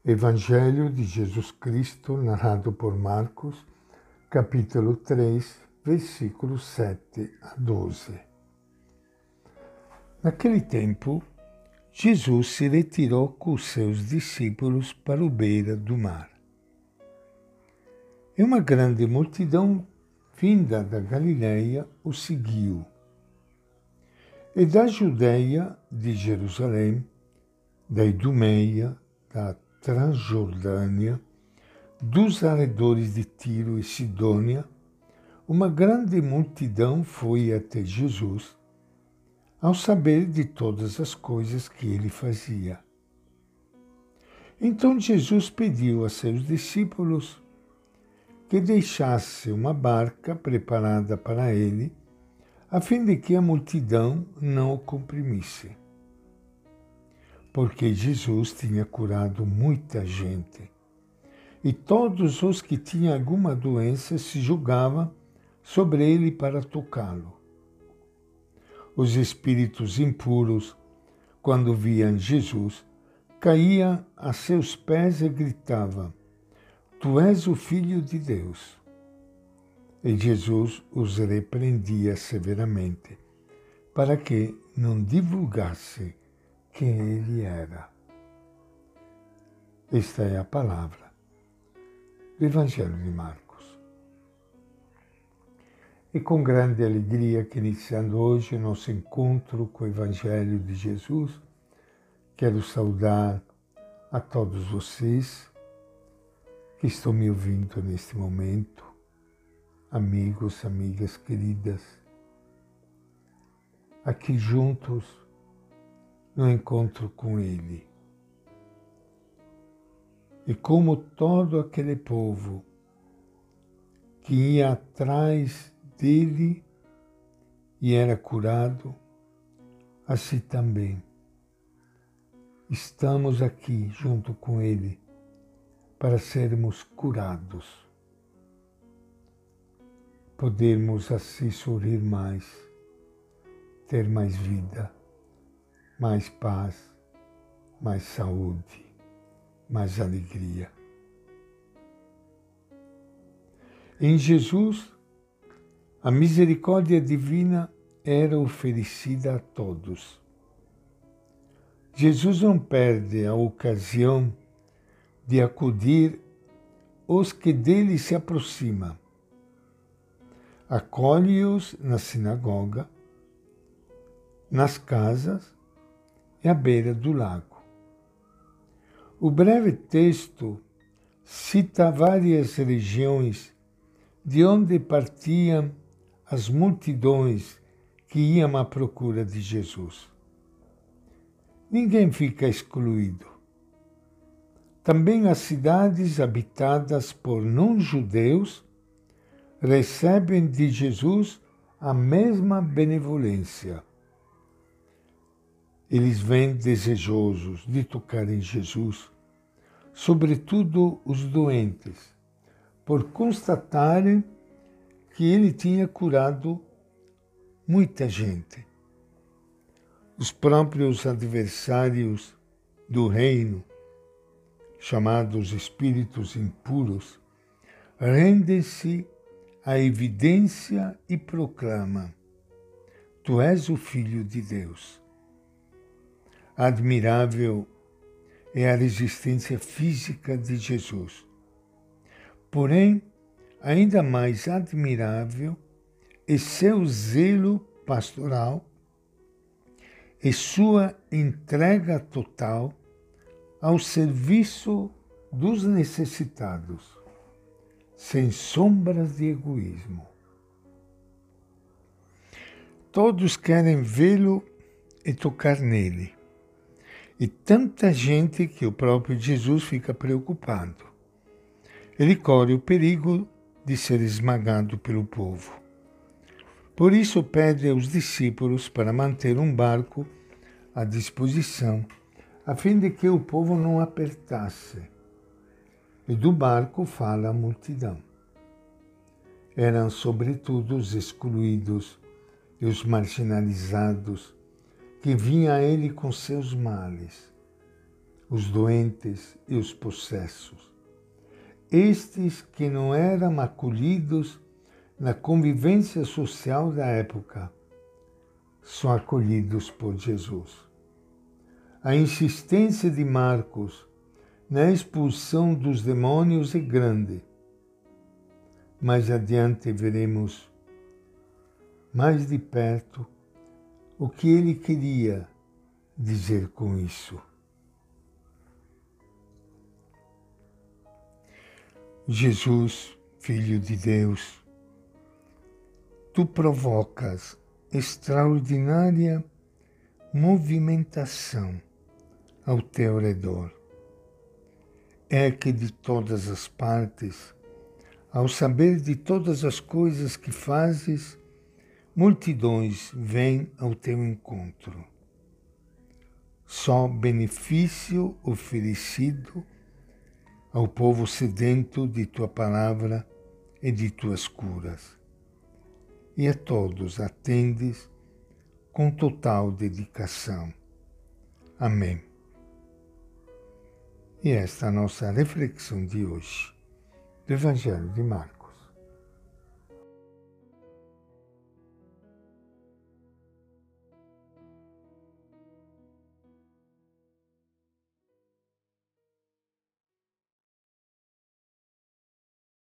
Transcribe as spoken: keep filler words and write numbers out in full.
Evangelho de Jesus Cristo, narrado por Marcos, capítulo três, versículos sete a doze. Naquele tempo, Jesus se retirou com seus discípulos para o beira do mar. E uma grande multidão vinda da Galileia o seguiu. E da Judeia, de Jerusalém, da Idumeia, da Transjordânia, dos arredores de Tiro e Sidônia, uma grande multidão foi até Jesus, ao saber de todas as coisas que ele fazia. Então Jesus pediu a seus discípulos que deixasse uma barca preparada para ele, a fim de que a multidão não o comprimisse. Porque Jesus tinha curado muita gente, e todos os que tinham alguma doença se julgavam sobre ele para tocá-lo. Os espíritos impuros, quando viam Jesus, caíam a seus pés e gritavam: Tu és o Filho de Deus. E Jesus os repreendia severamente, para que não divulgasse quem ele era. Esta é a palavra do Evangelho de Marcos. E com grande alegria que iniciando hoje o nosso encontro com o Evangelho de Jesus, quero saudar a todos vocês que estão me ouvindo neste momento, amigos, amigas queridas, aqui juntos no encontro com Ele. E como todo aquele povo que ia atrás dele e era curado, assim também estamos aqui junto com Ele para sermos curados, podermos assim sorrir mais, ter mais vida, mais paz, mais saúde, mais alegria. Em Jesus, a misericórdia divina era oferecida a todos. Jesus não perde a ocasião de acudir os que dele se aproximam. Acolhe-os na sinagoga, nas casas e à beira do lago. O breve texto cita várias regiões de onde partiam as multidões que iam à procura de Jesus. Ninguém fica excluído. Também as cidades habitadas por não-judeus recebem de Jesus a mesma benevolência. Eles vêm desejosos de tocar em Jesus, sobretudo os doentes, por constatarem que ele tinha curado muita gente. Os próprios adversários do reino, chamados espíritos impuros, rendem-se à evidência e proclamam: Tu és o Filho de Deus. Admirável é a resistência física de Jesus. Porém, ainda mais admirável é seu zelo pastoral e sua entrega total ao serviço dos necessitados, sem sombras de egoísmo. Todos querem vê-lo e tocar nele. E tanta gente que o próprio Jesus fica preocupado. Ele corre o perigo de ser esmagado pelo povo. Por isso pede aos discípulos para manter um barco à disposição, a fim de que o povo não apertasse. E do barco fala a multidão. Eram sobretudo os excluídos e os marginalizados, que vinha a ele com seus males, os doentes e os possessos. Estes que não eram acolhidos na convivência social da época, são acolhidos por Jesus. A insistência de Marcos na expulsão dos demônios é grande. Mais adiante veremos mais de perto o que ele queria dizer com isso. Jesus, Filho de Deus, tu provocas extraordinária movimentação ao teu redor. É que de todas as partes, ao saber de todas as coisas que fazes, multidões vêm ao teu encontro. Só benefício oferecido ao povo sedento de tua palavra e de tuas curas. E a todos atendes com total dedicação. Amém. E esta é a nossa reflexão de hoje, do Evangelho de Marcos.